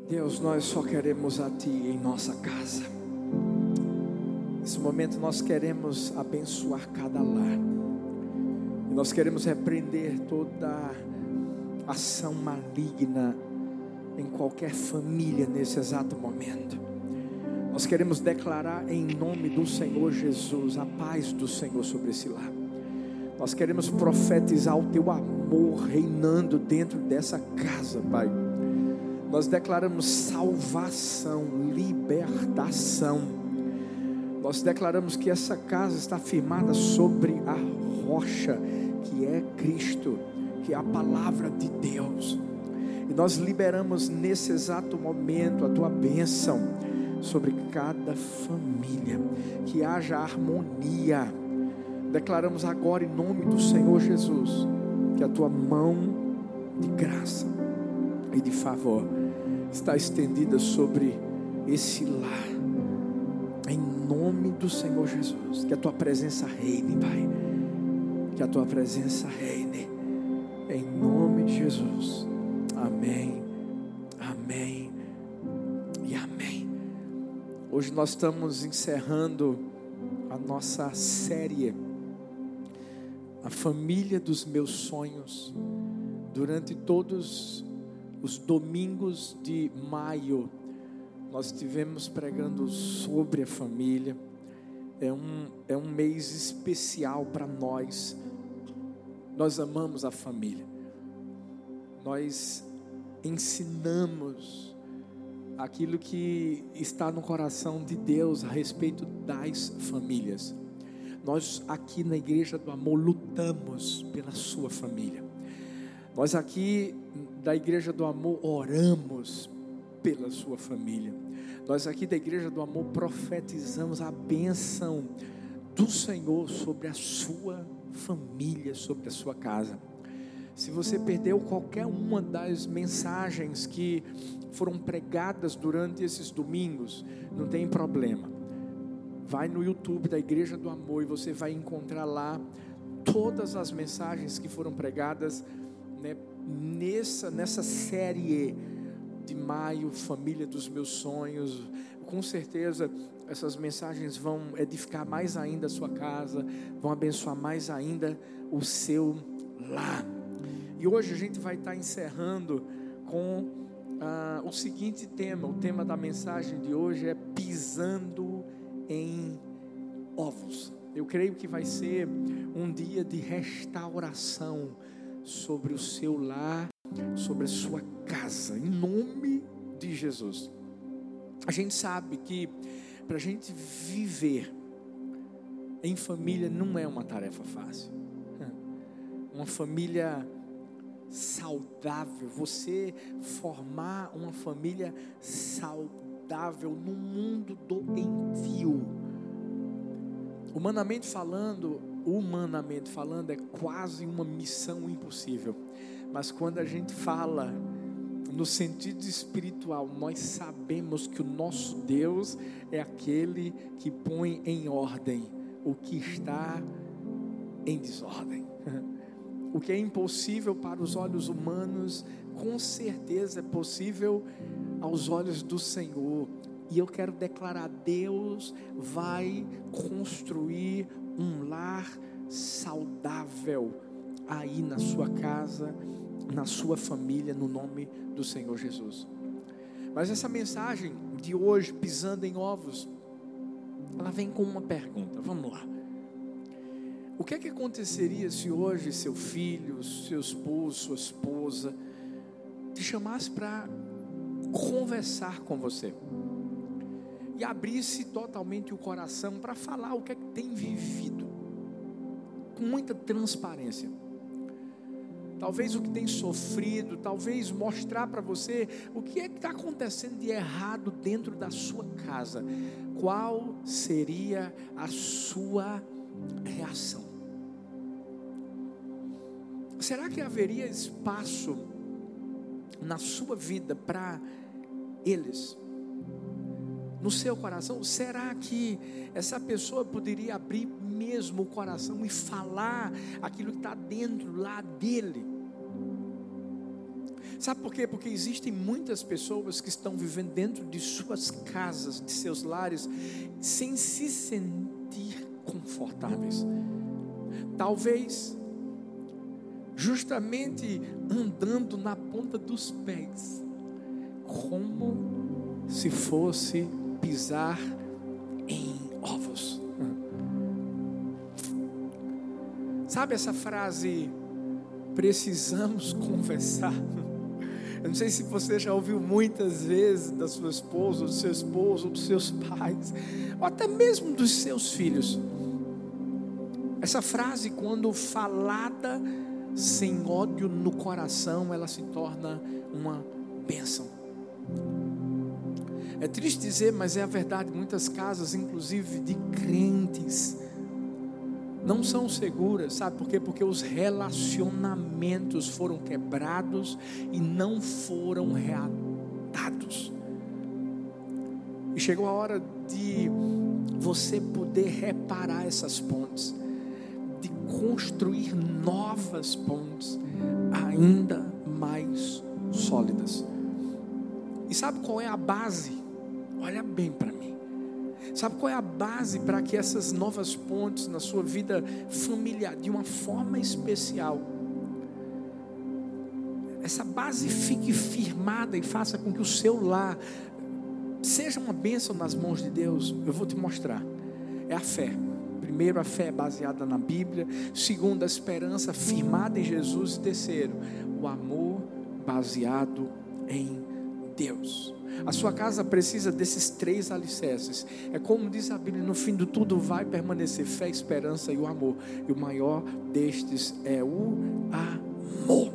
Deus, nós só queremos a Ti em nossa casa. Nesse momento nós queremos abençoar cada lar. E nós queremos repreender toda ação maligna em qualquer família nesse exato momento. Nós queremos declarar em nome do Senhor Jesus a paz do Senhor sobre esse lar. Nós queremos profetizar o Teu amor reinando dentro dessa casa, Pai. Nós declaramos salvação, libertação. Nós declaramos que essa casa está firmada sobre a rocha, que é Cristo, que é a palavra de Deus. E nós liberamos nesse exato momento a Tua bênção sobre cada família, que haja harmonia. Declaramos agora em nome do Senhor Jesus, que a Tua mão de graça e de favor está estendida sobre esse lar, em nome do Senhor Jesus. Que a Tua presença reine, Pai, que a Tua presença reine, em nome de Jesus. Amém, amém e amém. Hoje nós estamos encerrando a nossa série, a família dos meus sonhos. Durante todos os domingos de maio, nós estivemos pregando sobre a família. É um mês especial para nós. Nós amamos a família. Nós ensinamos aquilo que está no coração de Deus a respeito das famílias. Nós aqui na Igreja do Amor lutamos pela sua família. Nós aqui da Igreja do Amor oramos pela sua família. Nós aqui da Igreja do Amor profetizamos a bênção do Senhor sobre a sua família, sobre a sua casa. Se você perdeu qualquer uma das mensagens que foram pregadas durante esses domingos, não tem problema. Vai no YouTube da Igreja do Amor e você vai encontrar lá todas as mensagens que foram pregadas, né, nessa série de maio, família dos meus sonhos. Com certeza essas mensagens vão edificar mais ainda a sua casa, vão abençoar mais ainda o seu lar. E hoje a gente vai estar encerrando com o seguinte tema. O tema da mensagem de hoje é pisando em ovos. Eu creio que vai ser um dia de restauração sobre o seu lar, sobre a sua casa, em nome de Jesus. A gente sabe que para a gente viver em família não é uma tarefa fácil. Uma família saudável, você formar uma família saudável no mundo doentio, humanamente falando, é quase uma missão impossível. Mas quando a gente fala no sentido espiritual, nós sabemos que o nosso Deus é aquele que põe em ordem o que está em desordem. O que é impossível para os olhos humanos, com certeza é possível aos olhos do Senhor. E eu quero declarar: Deus vai construir um lar saudável aí na sua casa, na sua família, no nome do Senhor Jesus. Mas essa mensagem de hoje, pisando em ovos, ela vem com uma pergunta. Vamos lá. O que é que aconteceria se hoje seu filho, seu esposo, sua esposa te chamasse para conversar com você e abrisse totalmente o coração para falar o que é que tem vivido, com muita transparência? Talvez o que tem sofrido, talvez mostrar para você o que é que está acontecendo de errado dentro da sua casa. Qual seria a sua reação? Será que haveria espaço na sua vida para eles? No seu coração? Será que essa pessoa poderia abrir mesmo o coração e falar aquilo que está dentro lá dele? Sabe por quê? Porque existem muitas pessoas que estão vivendo dentro de suas casas, de seus lares, sem se sentir confortáveis. Talvez justamente andando na ponta dos pés, como se fosse pisar em ovos. Sabe essa frase, precisamos conversar? Eu não sei se você já ouviu muitas vezes da sua esposa, do seu esposo, dos seus pais, ou até mesmo dos seus filhos. Essa frase, quando falada sem ódio no coração, ela se torna uma bênção. É triste dizer, mas é a verdade. Muitas casas, inclusive de crentes, não são seguras. Sabe por quê? Porque os relacionamentos foram quebrados e não foram reatados. E chegou a hora de você poder reparar essas pontes, de construir novas pontes ainda mais sólidas. E sabe qual é a base? Olha bem para mim. Sabe qual é a base para que essas novas pontes na sua vida familiar, de uma forma especial, essa base fique firmada e faça com que o seu lar seja uma bênção nas mãos de Deus? Eu vou te mostrar. É a fé. Primeiro, a fé baseada na Bíblia. Segundo, a esperança firmada em Jesus. E terceiro, o amor baseado em Deus. A sua casa precisa desses 3 alicerces. É como diz a Bíblia: no fim de tudo vai permanecer fé, esperança e o amor. E o maior destes é o amor.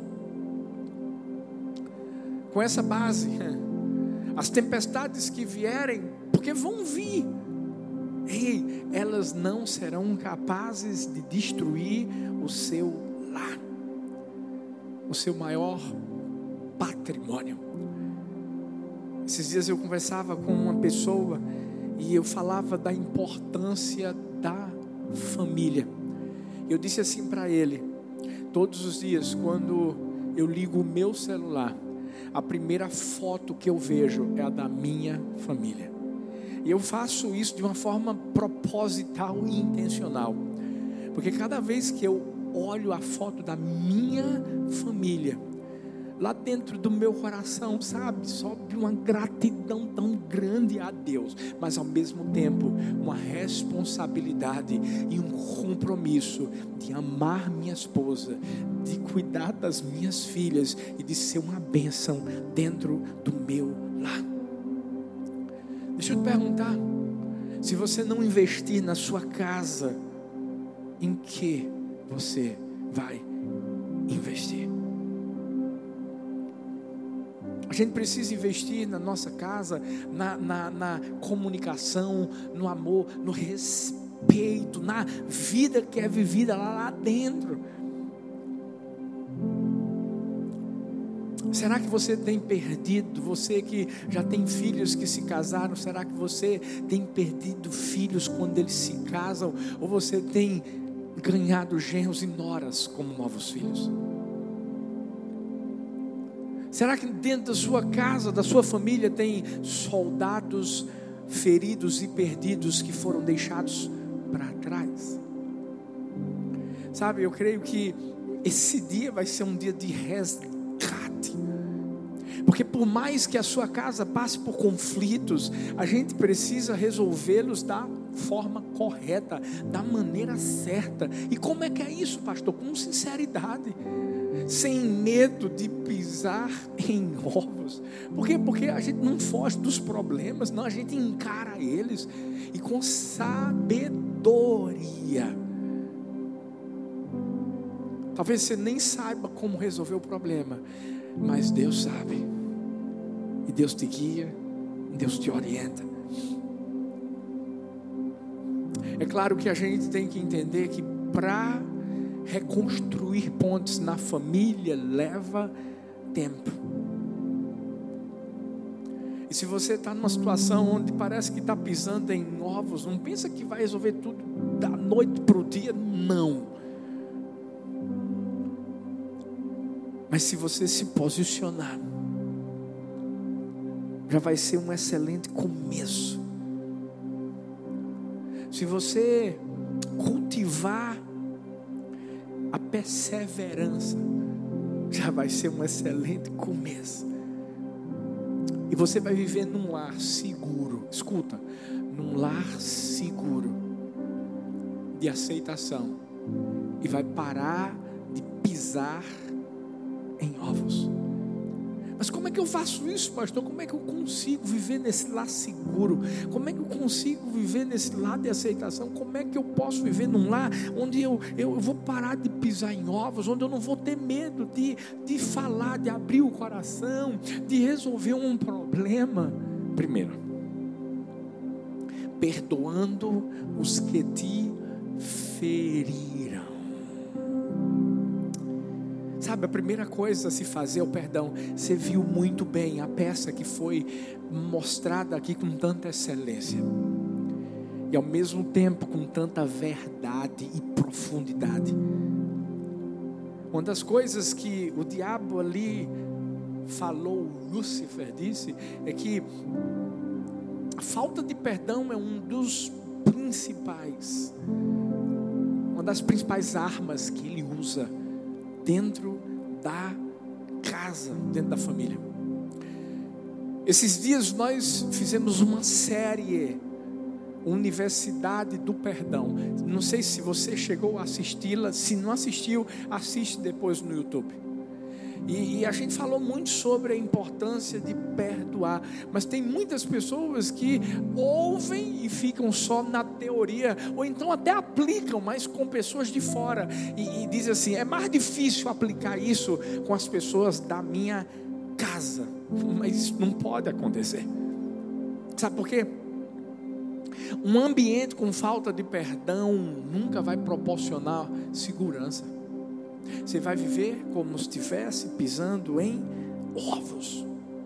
Com essa base, as tempestades que vierem, porque vão vir, elas não serão capazes de destruir o seu lar, o seu maior patrimônio. Esses dias eu conversava com uma pessoa e eu falava da importância da família. Eu disse assim para ele: todos os dias, quando eu ligo o meu celular, a primeira foto que eu vejo é a da minha família. E eu faço isso de uma forma proposital e intencional, porque cada vez que eu olho a foto da minha família, lá dentro do meu coração, sabe, sobe uma gratidão tão grande a Deus, mas ao mesmo tempo uma responsabilidade e um compromisso de amar minha esposa, de cuidar das minhas filhas e de ser uma bênção dentro do meu lar. Deixa eu te perguntar, se você não investir na sua casa, em que você vai investir? A gente precisa investir na nossa casa, na comunicação, no amor, no respeito, na vida que é vivida lá dentro. Será que você tem perdido? Você que já tem filhos que se casaram, será que você tem perdido filhos quando eles se casam? Ou você tem ganhado genros e noras como novos filhos? Será que dentro da sua casa, da sua família, tem soldados feridos e perdidos que foram deixados para trás? Sabe, eu creio que esse dia vai ser um dia de resgate. Porque por mais que a sua casa passe por conflitos, a gente precisa resolvê-los da forma correta, da maneira certa. E como é que é isso, pastor? Com sinceridade, sem medo de pisar em ovos. Por quê? Porque a gente não foge dos problemas, não, a gente encara eles e com sabedoria. Talvez você nem saiba como resolver o problema, mas Deus sabe, e Deus te guia, Deus te orienta. É claro que a gente tem que entender que para reconstruir pontes na família leva tempo. E se você está numa situação onde parece que está pisando em ovos, não pensa que vai resolver tudo da noite para o dia, não. Mas se você se posicionar, já vai ser um excelente começo. Se você cultivar a perseverança, já vai ser um excelente começo. E você vai viver num lar seguro. Escuta, num lar seguro de aceitação. E vai parar de pisar em ovos. Mas como é que eu faço isso, pastor? Como é que eu consigo viver nesse lar seguro? Como é que eu consigo viver nesse lar de aceitação? Como é que eu posso viver num lar onde eu vou parar de pisar em ovos, onde eu não vou ter medo de falar, de abrir o coração, de resolver um problema? Primeiro, perdoando os que te feriram. Sabe, a primeira coisa a se fazer é o perdão. Você viu muito bem a peça que foi mostrada aqui com tanta excelência. E ao mesmo tempo com tanta verdade e profundidade. Uma das coisas que o diabo ali falou, Lúcifer disse, é que a falta de perdão é uma das principais armas que ele usa dentro da casa, dentro da família. Esses dias nós fizemos uma série, Universidade do Perdão. Não sei se você chegou a assisti-la. Se não assistiu, assiste depois no YouTube. E a gente falou muito sobre a importância de perdoar. Mas tem muitas pessoas que ouvem e ficam só na teoria, ou então até aplicam, mas com pessoas de fora. E dizem assim: é mais difícil aplicar isso com as pessoas da minha casa. Mas isso não pode acontecer. Sabe por quê? Um ambiente com falta de perdão nunca vai proporcionar segurança. Você vai viver como se estivesse pisando em ovos.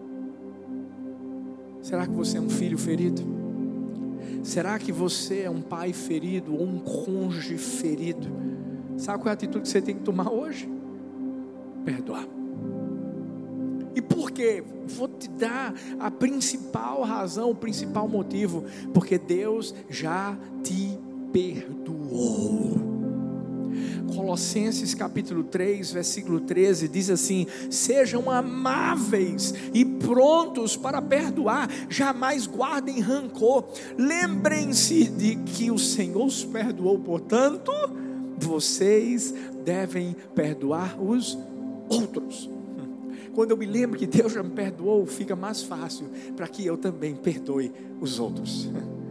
Será que você é um filho ferido? Será que você é um pai ferido ou um cônjuge ferido? Sabe qual é a atitude que você tem que tomar hoje? Perdoar. E por quê? Vou te dar a principal razão, o principal motivo. Porque Deus já te perdoou. Colossenses capítulo 3, versículo 13 diz assim: sejam amáveis e prontos para perdoar, jamais guardem rancor, lembrem-se de que o Senhor os perdoou, portanto, vocês devem perdoar os outros. Quando eu me lembro que Deus já me perdoou, fica mais fácil para que eu também perdoe os outros.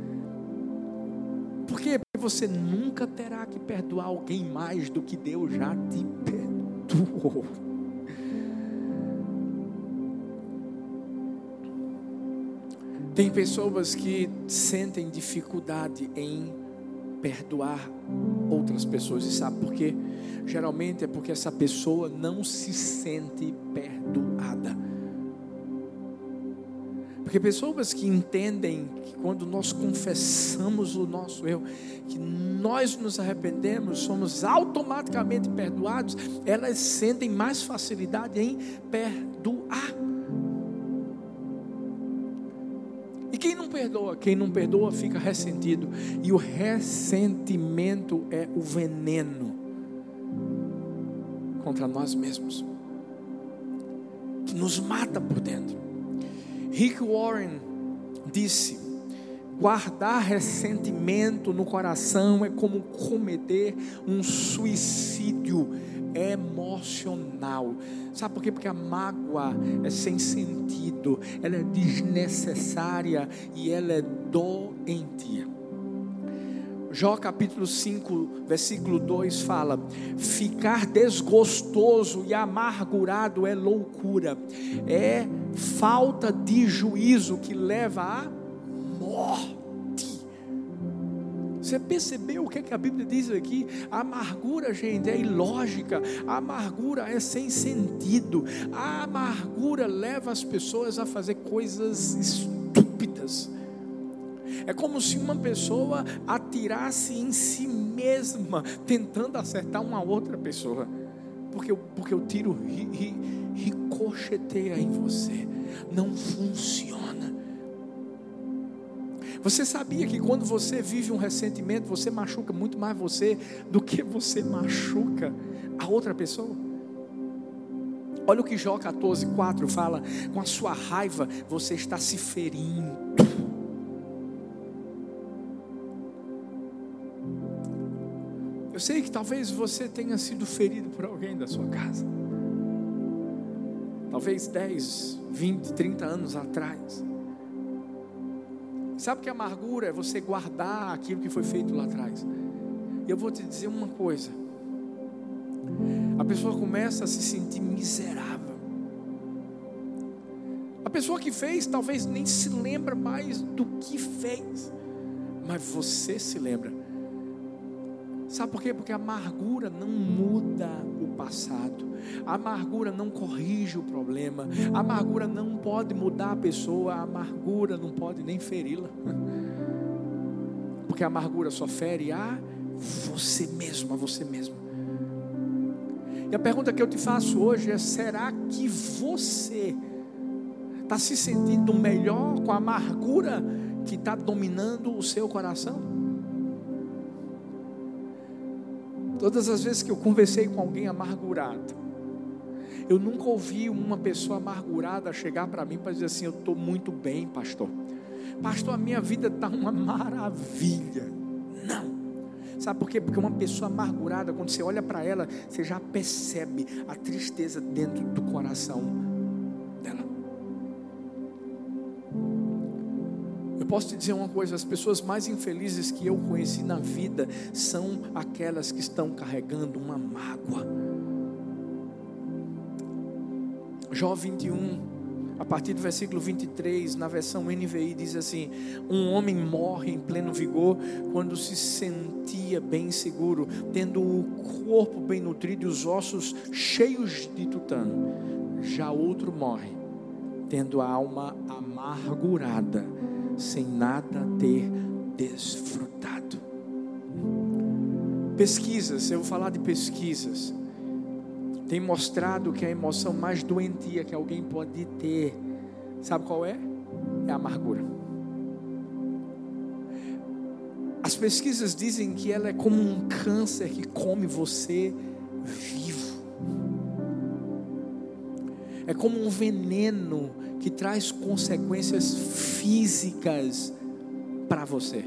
Por quê? Porque você nunca terá que perdoar alguém mais do que Deus já te perdoou. Tem pessoas que sentem dificuldade em perdoar outras pessoas. E sabe por quê? Geralmente é porque essa pessoa não se sente perdoada. Porque pessoas que entendem que quando nós confessamos o nosso erro, que nós nos arrependemos, somos automaticamente perdoados, elas sentem mais facilidade em perdoar. E quem não perdoa? Quem não perdoa fica ressentido. E o ressentimento é o veneno contra nós mesmos, que nos mata por dentro. Rick Warren disse: guardar ressentimento no coração é como cometer um suicídio emocional. Sabe por quê? Porque a mágoa é sem sentido, ela é desnecessária e ela é doentia. Jó capítulo 5, versículo 2 fala: ficar desgostoso e amargurado é loucura, é falta de juízo que leva à morte. Você percebeu o que a Bíblia diz aqui? A amargura, gente, é ilógica. A amargura é sem sentido. A amargura leva as pessoas a fazer coisas estúpidas. É como se uma pessoa atirasse em si mesma, tentando acertar uma outra pessoa. porque o tiro ricocheteia em você. Não funciona. Você sabia que quando você vive um ressentimento, você machuca muito mais você do que você machuca a outra pessoa? Olha o que Jó 14:4 fala: com a sua raiva você está se ferindo. Eu sei que talvez você tenha sido ferido por alguém da sua casa. Talvez 10, 20, 30 anos atrás. Sabe que a amargura é você guardar aquilo que foi feito lá atrás. E eu vou te dizer uma coisa: a pessoa começa a se sentir miserável. A pessoa que fez talvez nem se lembra mais do que fez, mas você se lembra. Sabe por quê? Porque a amargura não muda o passado, a amargura não corrige o problema, a amargura não pode mudar a pessoa, a amargura não pode nem feri-la, porque a amargura só fere a você mesmo, a você mesmo. E a pergunta que eu te faço hoje é: será que você está se sentindo melhor com a amargura que está dominando o seu coração? Todas as vezes que eu conversei com alguém amargurado, eu nunca ouvi uma pessoa amargurada chegar para mim para dizer assim: eu estou muito bem, pastor, a minha vida está uma maravilha. Não. Sabe por quê? Porque uma pessoa amargurada, quando você olha para ela, você já percebe a tristeza dentro do coração dela. Eu posso te dizer uma coisa: as pessoas mais infelizes que eu conheci na vida são aquelas que estão carregando uma mágoa. Jó 21, a partir do versículo 23, na versão NVI, diz assim: um homem morre em pleno vigor quando se sentia bem seguro, tendo o corpo bem nutrido e os ossos cheios de tutano. Já outro morre tendo a alma amargurada, sem nada ter desfrutado. Pesquisas, eu vou falar de pesquisas, tem mostrado que a emoção mais doentia que alguém pode ter, sabe qual é? É a amargura. As pesquisas dizem que ela é como um câncer que come você vivo. É como um veneno que traz consequências físicas para você.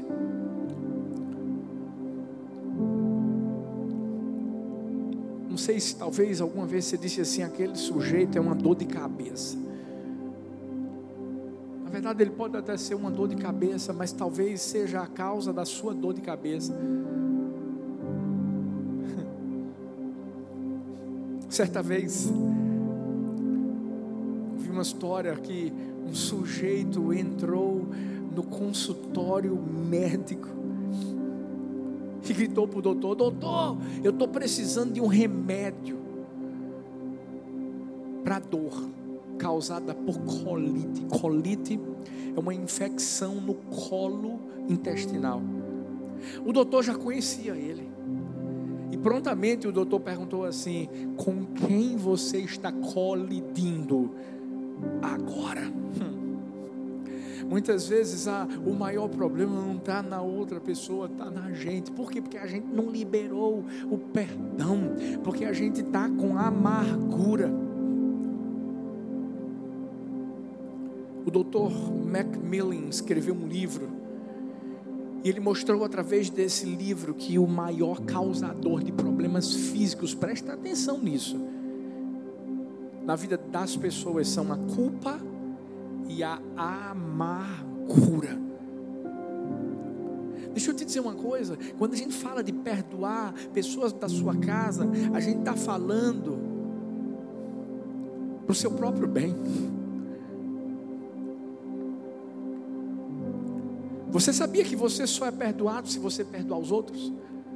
Não sei se talvez alguma vez você disse assim: aquele sujeito é uma dor de cabeça. Na verdade ele pode até ser uma dor de cabeça, mas talvez seja a causa da sua dor de cabeça. Certa vez vi uma história que um sujeito entrou no consultório médico e gritou para o doutor: doutor, eu estou precisando de um remédio para dor causada por colite. Colite é uma infecção no colo intestinal. O doutor já conhecia ele e prontamente o doutor perguntou assim: com quem você está colidindo agora? Muitas vezes o maior problema não está na outra pessoa, está na gente. Por quê? Porque a gente não liberou o perdão, porque a gente está com amargura. O Dr. Macmillan escreveu um livro, e ele mostrou através desse livro que o maior causador de problemas físicos, presta atenção nisso, na vida das pessoas são a culpa e a amargura. Deixa eu te dizer uma coisa: quando a gente fala de perdoar pessoas da sua casa, a gente está falando para o seu próprio bem. Você sabia que você só é perdoado se você perdoar os outros?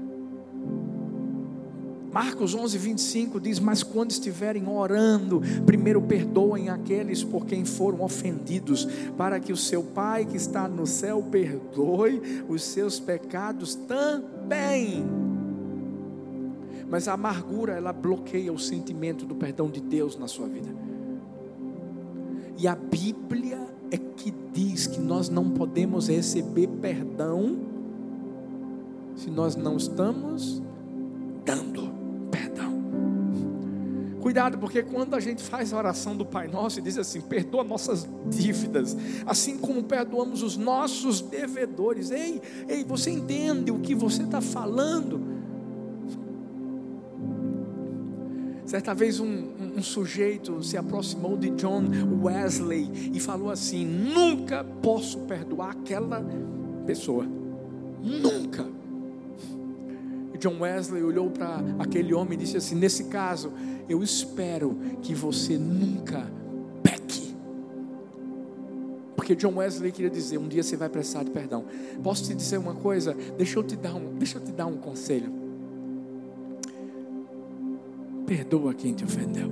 Marcos 11:25 diz: mas quando estiverem orando, primeiro perdoem aqueles por quem foram ofendidos, para que o seu Pai que está no céu perdoe os seus pecados também. Mas a amargura, ela bloqueia o sentimento do perdão de Deus na sua vida. E a Bíblia é que diz que nós não podemos receber perdão se nós não estamos dando perdão. Cuidado, porque quando a gente faz a oração do Pai Nosso e diz assim: perdoa nossas dívidas, assim como perdoamos os nossos devedores. Ei, você entende o que você está falando? Certa vez um sujeito se aproximou de John Wesley e falou assim: nunca posso perdoar aquela pessoa, nunca. E John Wesley olhou para aquele homem e disse assim: nesse caso, eu espero que você nunca peque. Porque John Wesley queria dizer: um dia você vai precisar de perdão. Posso te dizer uma coisa? Deixa eu te dar um conselho. Perdoa quem te ofendeu.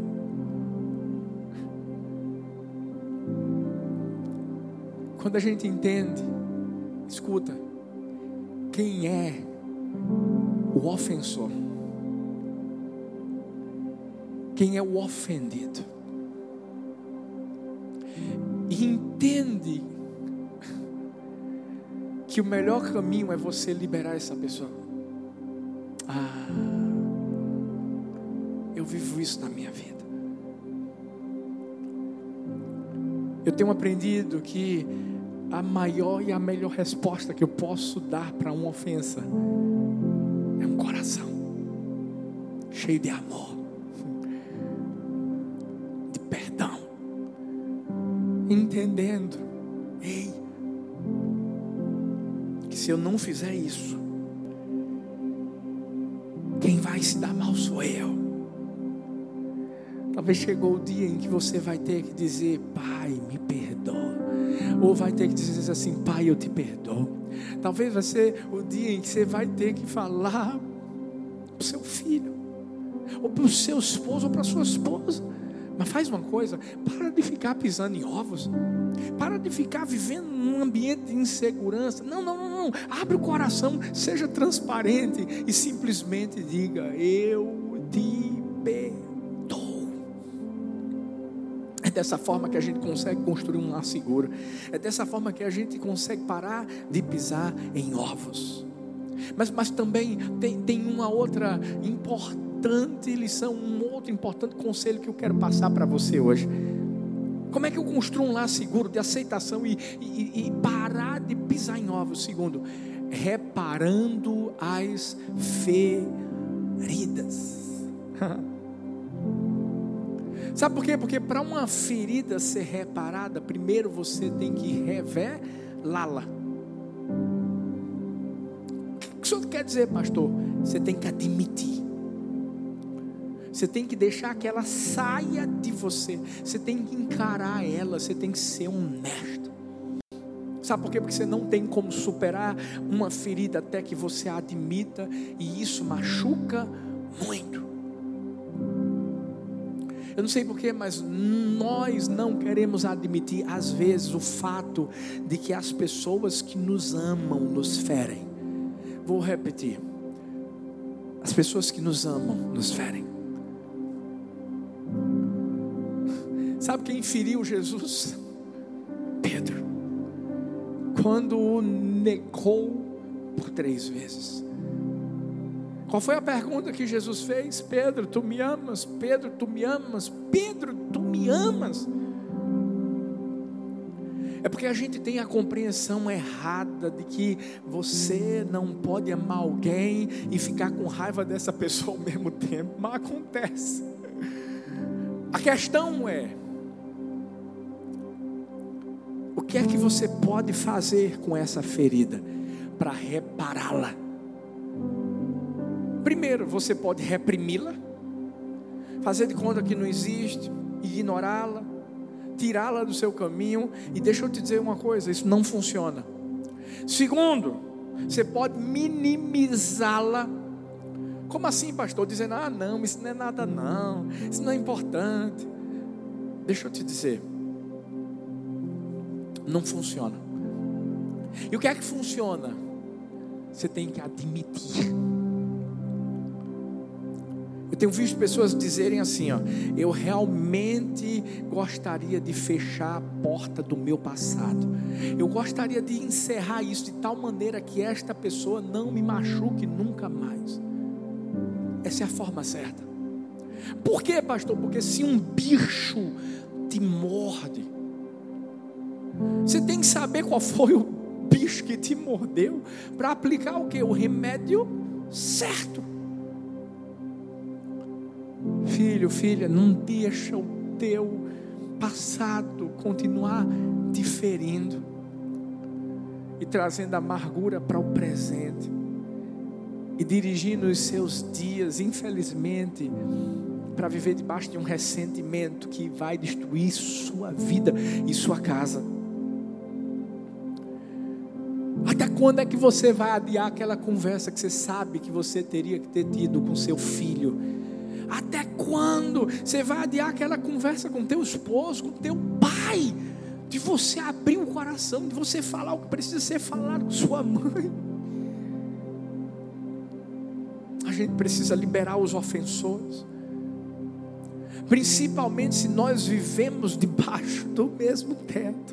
Quando a gente entende, escuta, quem é o ofensor, quem é o ofendido, e entende que o melhor caminho é você liberar essa pessoa. Eu vivo isso na minha vida. Eu tenho aprendido que a maior e a melhor resposta que eu posso dar para uma ofensa é um coração cheio de amor, de perdão, entendendo, que se eu não fizer isso, quem vai se dar mal sou eu. Talvez chegou o dia em que você vai ter que dizer: Pai, me perdoa. Ou vai ter que dizer assim: Pai, eu te perdoo. Talvez vai ser o dia em que você vai ter que falar para o seu filho, ou para o seu esposo, ou para a sua esposa: mas faz uma coisa, para de ficar pisando em ovos, para de ficar vivendo num ambiente de insegurança. Não, abre o coração, seja transparente e simplesmente diga: eu te perdoo. É dessa forma que a gente consegue construir um lar seguro. É dessa forma que a gente consegue parar de pisar em ovos. Mas também tem uma outra importante lição, um outro importante conselho que eu quero passar para você hoje. Como é que eu construo um lar seguro de aceitação e parar de pisar em ovos? Segundo, reparando as feridas. Sabe por quê? Porque para uma ferida ser reparada, primeiro você tem que revelá-la. O que o senhor quer dizer, pastor? Você tem que admitir. Você tem que deixar que ela saia de você. Você tem que encarar ela. Você tem que ser honesto. Sabe por quê? Porque você não tem como superar uma ferida até que você a admita. E isso machuca muito. Eu não sei porquê, mas nós não queremos admitir, às vezes, o fato de que as pessoas que nos amam nos ferem. Vou repetir. As pessoas que nos amam nos ferem. Sabe quem feriu Jesus? Pedro. Quando o negou por 3 vezes. Qual foi a pergunta que Jesus fez? Pedro, tu me amas? Pedro, tu me amas? Pedro, tu me amas? É porque a gente tem a compreensão errada de que você não pode amar alguém e ficar com raiva dessa pessoa ao mesmo tempo. Mas acontece. A questão é: o que é que você pode fazer com essa ferida para repará-la? Primeiro, você pode reprimi-la, fazer de conta que não existe, ignorá-la, tirá-la do seu caminho. E deixa eu te dizer uma coisa: isso não funciona. Segundo, você pode minimizá-la. Como assim, pastor? Dizendo: não, isso não é nada não, isso não é importante. Deixa eu te dizer, não funciona. E o que é que funciona? Você tem que admitir. Eu tenho visto pessoas dizerem assim, ó: eu realmente gostaria de fechar a porta do meu passado. Eu gostaria de encerrar isso de tal maneira que esta pessoa não me machuque nunca mais. Essa é a forma certa. Por quê, pastor? Porque se um bicho te morde, você tem que saber qual foi o bicho que te mordeu, para aplicar o quê? O remédio certo. Filho, filha, não deixa o teu passado continuar te ferindo e trazendo amargura para o presente e dirigindo os seus dias, infelizmente, para viver debaixo de um ressentimento que vai destruir sua vida e sua casa. Até quando é que você vai adiar aquela conversa que você sabe que você teria que ter tido com seu filho? Até quando você vai adiar aquela conversa com teu esposo, com teu pai? De você abrir o coração, de você falar o que precisa ser falado com sua mãe. A gente precisa liberar os ofensores. Principalmente se nós vivemos debaixo do mesmo teto.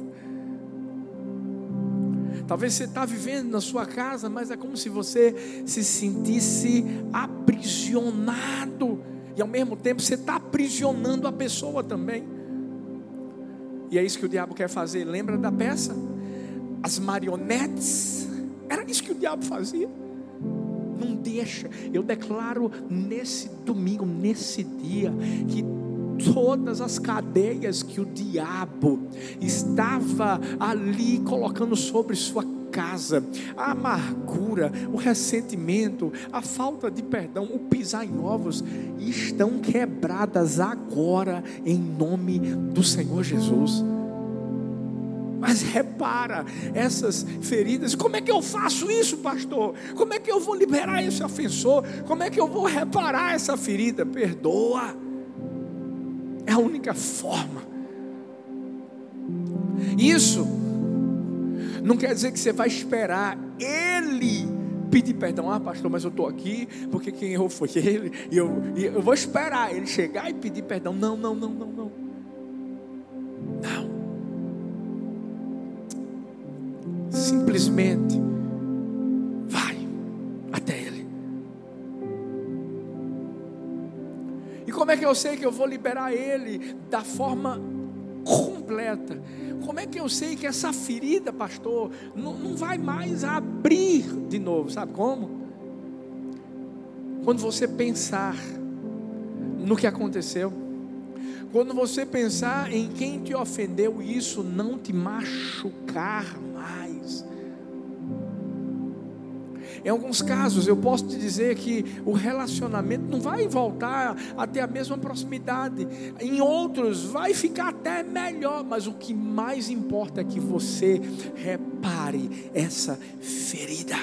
Talvez você está vivendo na sua casa, mas é como se você se sentisse aprisionado. E ao mesmo tempo você está aprisionando a pessoa também. E é isso que o diabo quer fazer. Lembra da peça? As marionetes. Era isso que o diabo fazia. Não deixa. Eu declaro nesse domingo, nesse dia, que todas as cadeias que o diabo estava ali colocando sobre sua casa, a amargura, o ressentimento, a falta de perdão, o pisar em ovos, estão quebradas agora em nome do Senhor Jesus. Mas repara essas feridas. Como é que eu faço isso, pastor? Como é que eu vou liberar esse ofensor? Como é que eu vou reparar essa ferida? Perdoa. É a única forma. Isso não quer dizer que você vai esperar ele pedir perdão. Ah, pastor, mas eu estou aqui porque quem errou foi ele. E eu vou esperar ele chegar e pedir perdão. Não. Simplesmente vai até ele. E como é que eu sei que eu vou liberar ele da forma completa? Como é que eu sei que essa ferida, pastor, não vai mais abrir de novo? Sabe como? Quando você pensar no que aconteceu, quando você pensar em quem te ofendeu, isso não te machucar mais. Em alguns casos eu posso te dizer que o relacionamento não vai voltar a ter a mesma proximidade. Em outros vai ficar até melhor. Mas o que mais importa é que você repare essa ferida.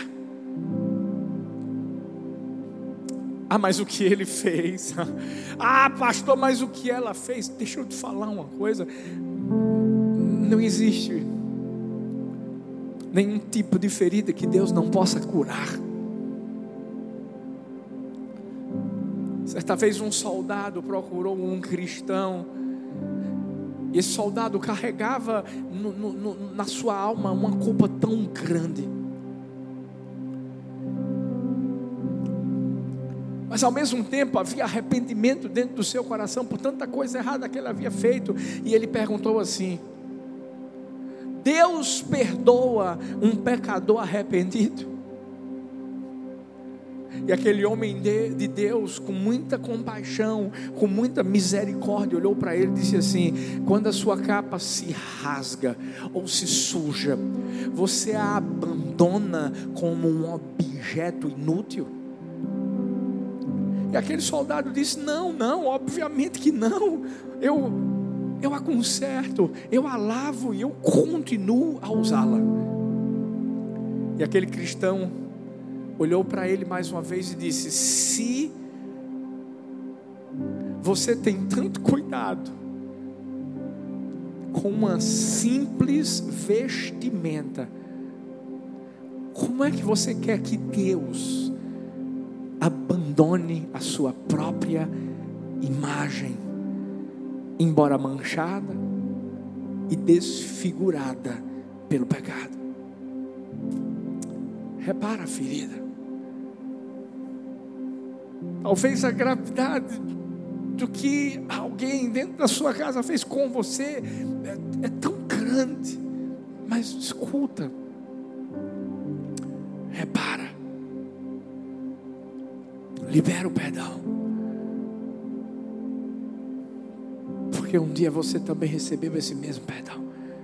Ah, mas o que ele fez? Ah, pastor, mas o que ela fez? Deixa eu te falar uma coisa. Não existe nenhum tipo de ferida que Deus não possa curar. Certa vez um soldado procurou um cristão. E esse soldado carregava na sua alma uma culpa tão grande. Mas ao mesmo tempo havia arrependimento dentro do seu coração por tanta coisa errada que ele havia feito. E ele perguntou assim: Deus perdoa um pecador arrependido? E aquele homem de Deus, com muita compaixão, com muita misericórdia, olhou para ele e disse assim: quando a sua capa se rasga ou se suja, você a abandona como um objeto inútil? E aquele soldado disse: não, obviamente que não. Eu a conserto, eu a lavo e eu continuo a usá-la. E aquele cristão olhou para ele mais uma vez e disse: se você tem tanto cuidado com uma simples vestimenta, como é que você quer que Deus abandone abandone a sua própria imagem, embora manchada e desfigurada pelo pecado. Repara a ferida. Talvez a gravidade do que alguém dentro da sua casa fez com você é tão grande. Mas escuta, repara, libera o perdão, porque um dia você também recebeu esse mesmo perdão.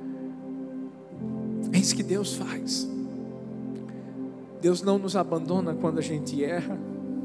É isso que Deus faz. Deus não nos abandona quando a gente erra.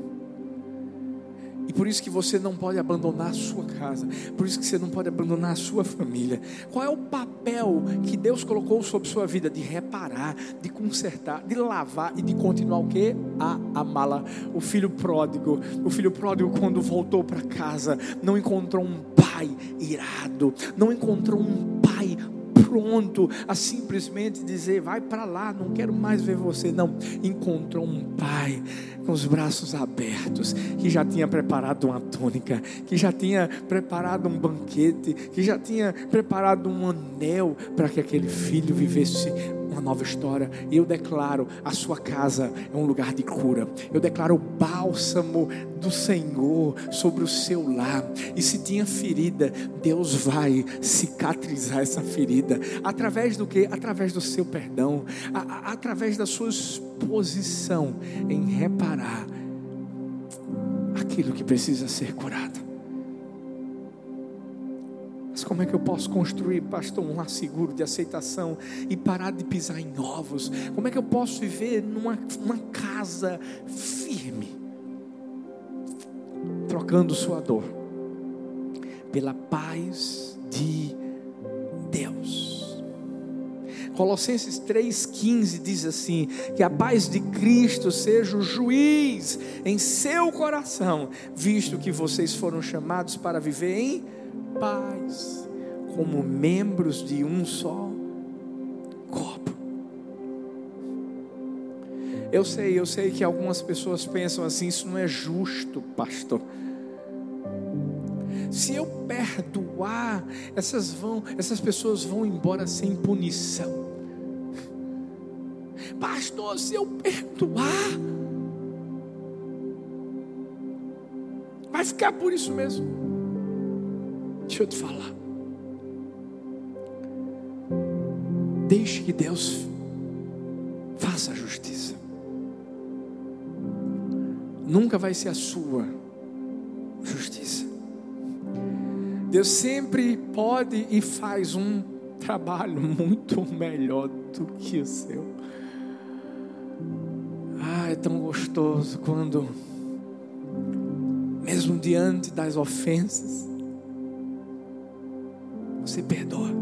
E por isso que você não pode abandonar a sua casa. Por isso que você não pode abandonar a sua família. Qual é o papel que Deus colocou sobre sua vida? De reparar, de consertar, de lavar e de continuar o quê? A amá-la. O filho pródigo quando voltou para casa, não encontrou um pai irado, não encontrou um pai pronto a simplesmente dizer: vai para lá, não quero mais ver você. Não, encontrou um pai com os braços abertos, que já tinha preparado uma túnica, que já tinha preparado um banquete, que já tinha preparado um anel para que aquele filho vivesse uma nova história. E eu declaro: a sua casa é um lugar de cura. Eu declaro o bálsamo do Senhor sobre o seu lar. E se tinha ferida, Deus vai cicatrizar essa ferida. Através do quê? Através do seu perdão, através da sua exposição em reparar aquilo que precisa ser curado. Mas como é que eu posso construir, pastor, um lar seguro de aceitação e parar de pisar em ovos? Como é que eu posso viver numa casa firme, trocando sua dor pela paz de Deus? Colossenses 3,15 diz assim: que a paz de Cristo seja o juiz em seu coração, visto que vocês foram chamados para viver em paz, como membros de um só corpo. Eu sei que algumas pessoas pensam assim: isso não é justo, pastor. Se eu perdoar, essas pessoas vão embora sem punição. Pastor, se eu perdoar, vai ficar por isso mesmo. Deixa eu te falar. Deixe que Deus faça a justiça. Nunca vai ser a sua justiça. Deus sempre pode e faz um trabalho muito melhor do que o seu. É tão gostoso quando, mesmo diante das ofensas, você perdoa.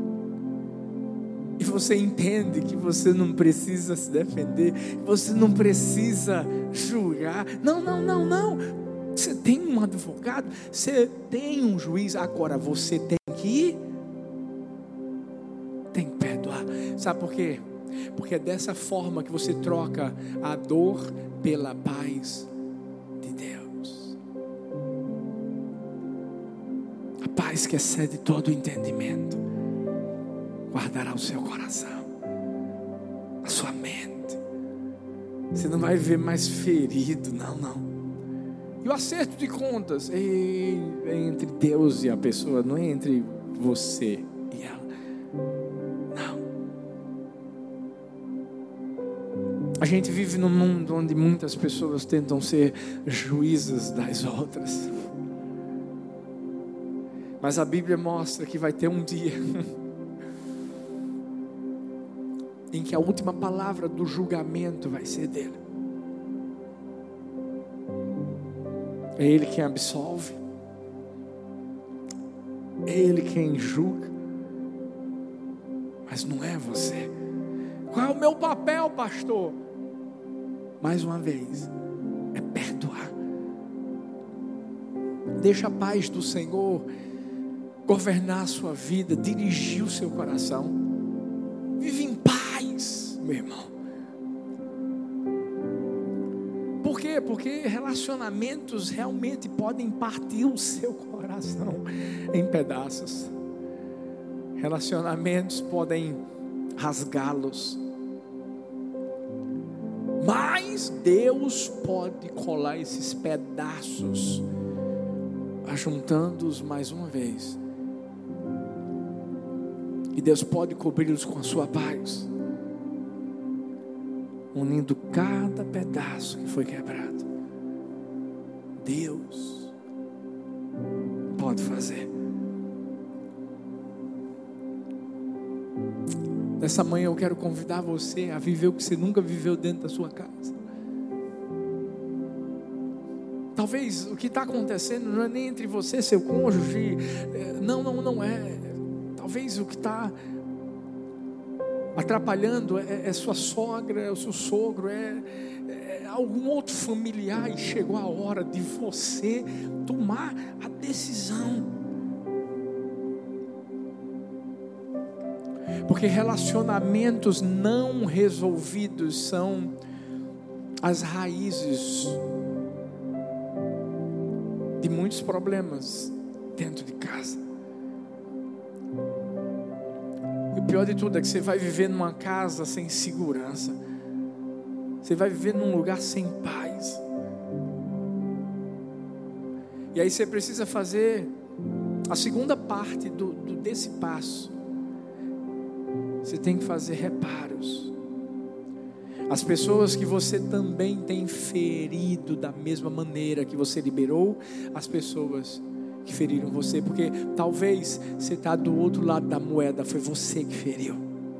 E você entende que você não precisa se defender, você não precisa julgar. Não. Você tem um advogado, você tem um juiz. Agora você tem que perdoar. Sabe por quê? Porque é dessa forma que você troca a dor pela paz de Deus. A paz que excede todo o entendimento guardará o seu coração, a sua mente. Você não vai viver mais ferido, não. E o acerto de contas é entre Deus e a pessoa, não é entre você e ela. Não. A gente vive num mundo onde muitas pessoas tentam ser juízas das outras. Mas a Bíblia mostra que vai ter um dia em que a última palavra do julgamento vai ser dele. É Ele quem absolve, é Ele quem julga, mas não é você. Qual é o meu papel, pastor? Mais uma vez, é perdoar. Deixa a paz do Senhor governar a sua vida, dirigir o seu coração. Vive em paz, meu irmão. Por quê? quê? Porque relacionamentos realmente podem partir o seu coração em pedaços. Relacionamentos podem rasgá-los. Mas Deus pode colar esses pedaços, ajuntando-os mais uma vez. E Deus pode cobri-los com a sua paz, unindo cada pedaço que foi quebrado. Deus pode fazer. Nessa manhã eu quero convidar você a viver o que você nunca viveu dentro da sua casa. Talvez o que está acontecendo não é nem entre você e seu cônjuge. Não é. Talvez o que está atrapalhando é sua sogra, é o seu sogro, é algum outro familiar. E chegou a hora de você tomar a decisão. Porque relacionamentos não resolvidos são as raízes de muitos problemas dentro de casa. E o pior de tudo é que você vai viver numa casa sem segurança. Você vai viver num lugar sem paz. E aí você precisa fazer a segunda parte desse passo. Você tem que fazer reparos. As pessoas que você também tem ferido da mesma maneira que você liberou as pessoas que feriram você. Porque talvez você está do outro lado da moeda. Foi você que feriu.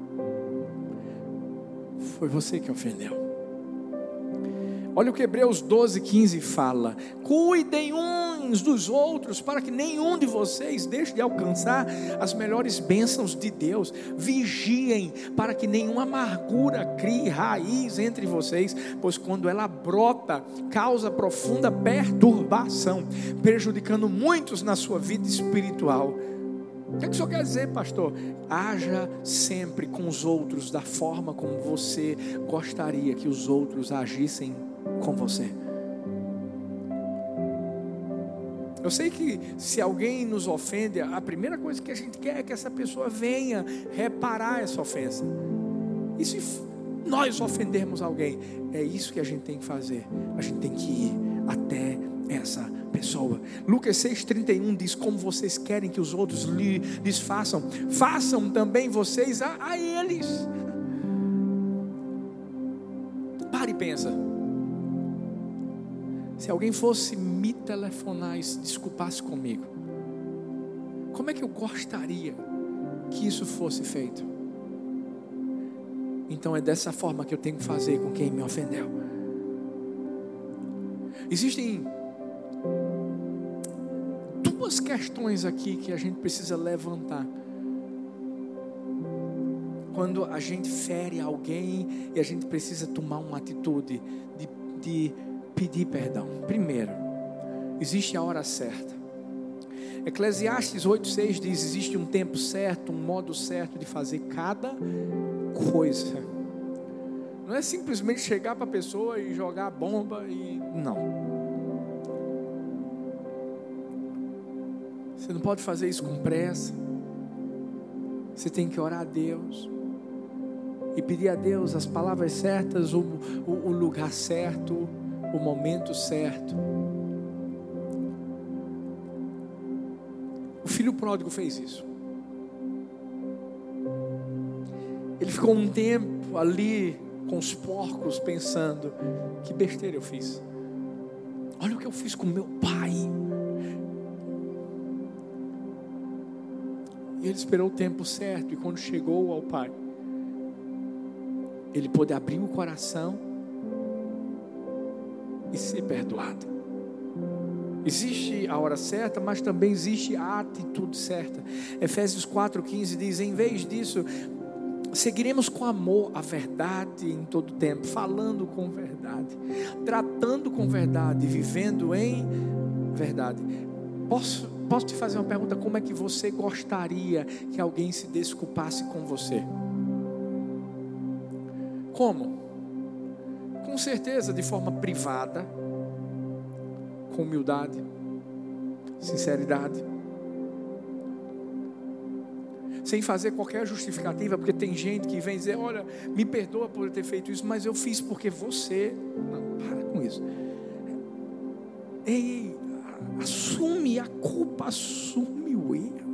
Foi você que ofendeu. Olha o que Hebreus 12:15 fala: cuidem uns dos outros, para que nenhum de vocês deixe de alcançar as melhores bênçãos de Deus. Vigiem, para que nenhuma amargura crie raiz entre vocês, pois quando ela brota, causa profunda perturbação, prejudicando muitos na sua vida espiritual. O que o senhor quer dizer, pastor? Haja sempre com os outros da forma como você gostaria que os outros agissem com você. Eu sei que se alguém nos ofende, a primeira coisa que a gente quer é que essa pessoa venha reparar essa ofensa. E se nós ofendermos alguém, é isso que a gente tem que fazer. A gente tem que ir até essa pessoa. Lucas 6:31 diz: como vocês querem que os outros lhes façam, façam também vocês a eles. Para e pensa. Se alguém fosse me telefonar e se desculpasse comigo, como é que eu gostaria que isso fosse feito? Então é dessa forma que eu tenho que fazer com quem me ofendeu. Existem duas questões aqui que a gente precisa levantar quando a gente fere alguém e a gente precisa tomar uma atitude de pedir perdão. Primeiro, existe a hora certa. Eclesiastes 8:6 diz: existe um tempo certo, um modo certo de fazer cada coisa. Não é simplesmente chegar para a pessoa e jogar a bomba e... não. Você não pode fazer isso com pressa. Você tem que orar a Deus e pedir a Deus as palavras certas, o lugar certo, o momento certo. O filho pródigo fez isso. Ele ficou um tempo ali com os porcos pensando: que besteira eu fiz. Olha o que eu fiz com meu pai. E ele esperou o tempo certo, e quando chegou ao pai, ele pôde abrir o coração e ser perdoado. Existe a hora certa, mas também existe a atitude certa. Efésios 4:15 diz: em vez disso, seguiremos com amor a verdade em todo tempo, falando com verdade, tratando com verdade, vivendo em verdade. Posso te fazer uma pergunta? Como é que você gostaria que alguém se desculpasse com você? Como? Com certeza de forma privada, com humildade, sinceridade, sem fazer qualquer justificativa, porque tem gente que vem dizer: olha, me perdoa por eu ter feito isso, mas eu fiz porque você. Não, para com isso. Ei, assume a culpa, assume o erro.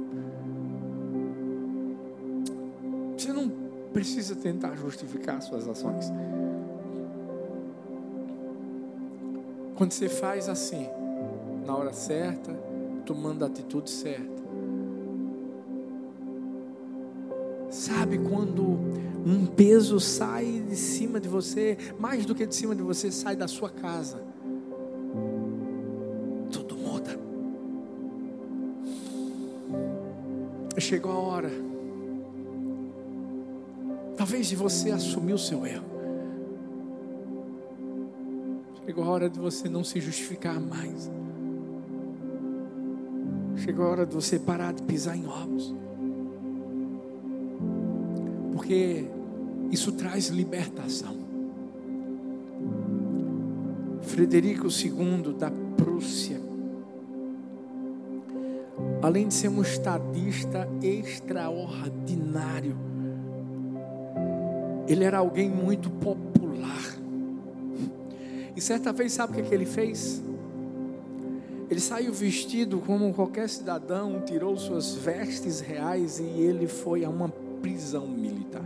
Você não precisa tentar justificar suas ações. Quando você faz assim, na hora certa, tomando a atitude certa. Sabe quando um peso sai de cima de você, mais do que de cima de você, sai da sua casa. Tudo muda. Chegou a hora, talvez, de você assumir o seu erro. Chegou a hora de você não se justificar mais. Chegou a hora de você parar de pisar em ovos. Porque isso traz libertação. Frederico II da Prússia, além de ser um estadista extraordinário, ele era alguém muito popular. E certa vez, sabe o que ele fez? Ele saiu vestido como qualquer cidadão, tirou suas vestes reais e ele foi a uma prisão militar.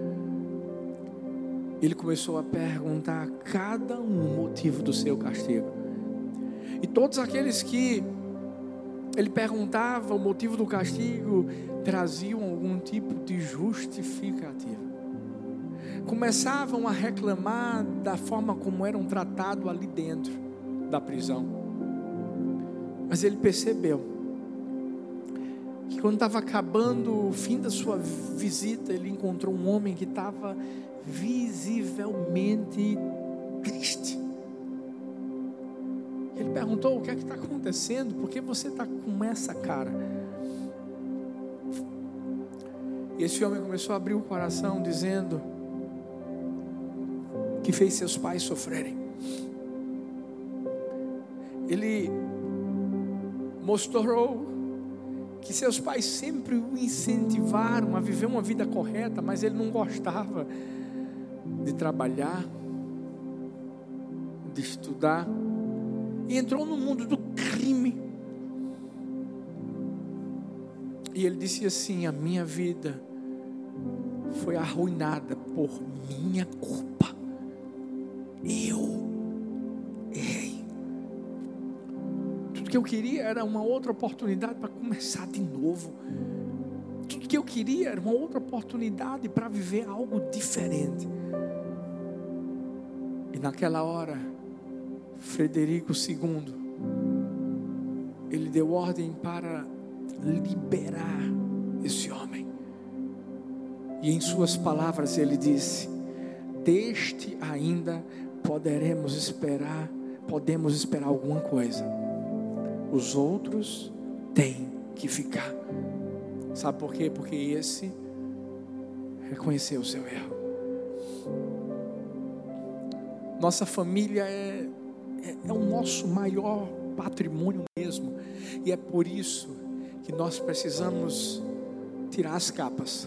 Ele começou a perguntar a cada um o motivo do seu castigo. E todos aqueles que ele perguntava o motivo do castigo traziam algum tipo de justificativa. Começavam a reclamar da forma como eram tratados ali dentro da prisão. Mas ele percebeu que quando estava acabando o fim da sua visita, ele encontrou um homem que estava visivelmente triste. Ele perguntou: o que é que está acontecendo? Por que você está com essa cara? E esse homem começou a abrir o coração, dizendo que fez seus pais sofrerem. Ele mostrou que seus pais sempre o incentivaram a viver uma vida correta, mas ele não gostava de trabalhar, de estudar, e entrou no mundo do crime. E ele disse assim: a minha vida foi arruinada por minha culpa. Eu errei. Tudo que eu queria era uma outra oportunidade para começar de novo. Tudo que eu queria era uma outra oportunidade para viver algo diferente. E naquela hora, Frederico II, ele deu ordem para liberar esse homem. E em suas palavras ele disse: deste ainda podemos esperar alguma coisa. Os outros têm que ficar. Sabe por quê? Porque esse reconheceu o seu erro. Nossa família é o nosso maior patrimônio mesmo. E é por isso que nós precisamos tirar as capas.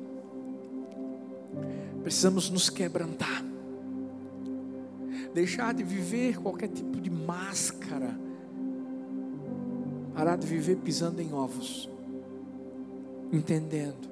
Precisamos nos quebrantar. Deixar de viver qualquer tipo de máscara. Parar de viver pisando em ovos. Entendendo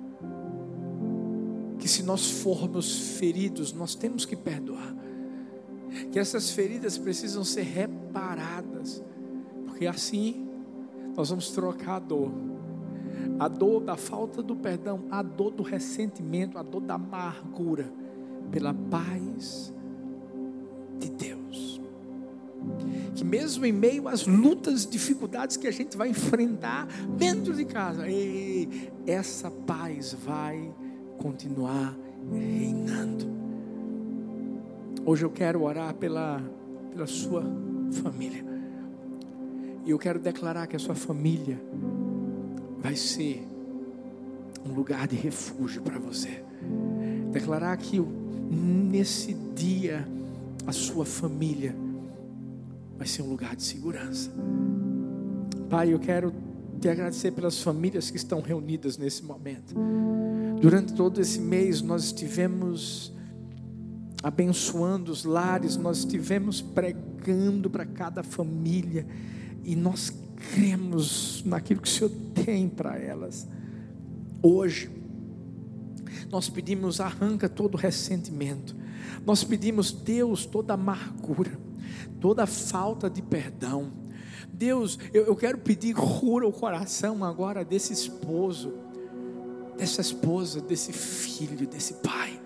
que se nós formos feridos, nós temos que perdoar. Que essas feridas precisam ser reparadas. Porque assim nós vamos trocar a dor da falta do perdão, a dor do ressentimento, a dor da amargura, pela paz de Deus. Que mesmo em meio às lutas, dificuldades que a gente vai enfrentar dentro de casa, essa paz vai continuar reinando. Hoje eu quero orar pela sua família. E eu quero declarar que a sua família vai ser um lugar de refúgio para você. Declarar que nesse dia a sua família vai ser um lugar de segurança. Pai, eu quero te agradecer pelas famílias que estão reunidas nesse momento. Durante todo esse mês nós estivemos abençoando os lares, nós estivemos pregando para cada família, e nós cremos naquilo que o Senhor tem para elas. Hoje nós pedimos, arranca todo ressentimento. Nós pedimos, Deus, toda amargura, toda falta de perdão. Deus, eu quero pedir, cura o coração agora desse esposo, dessa esposa, desse filho, desse pai.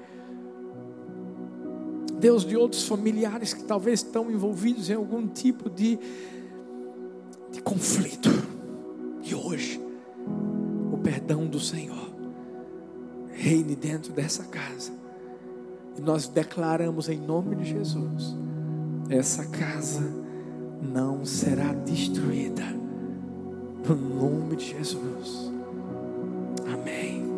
Deus, de outros familiares que talvez estão envolvidos em algum tipo de conflito. E hoje, o perdão do Senhor reine dentro dessa casa. E nós declaramos em nome de Jesus, essa casa não será destruída. No nome de Jesus. Amém.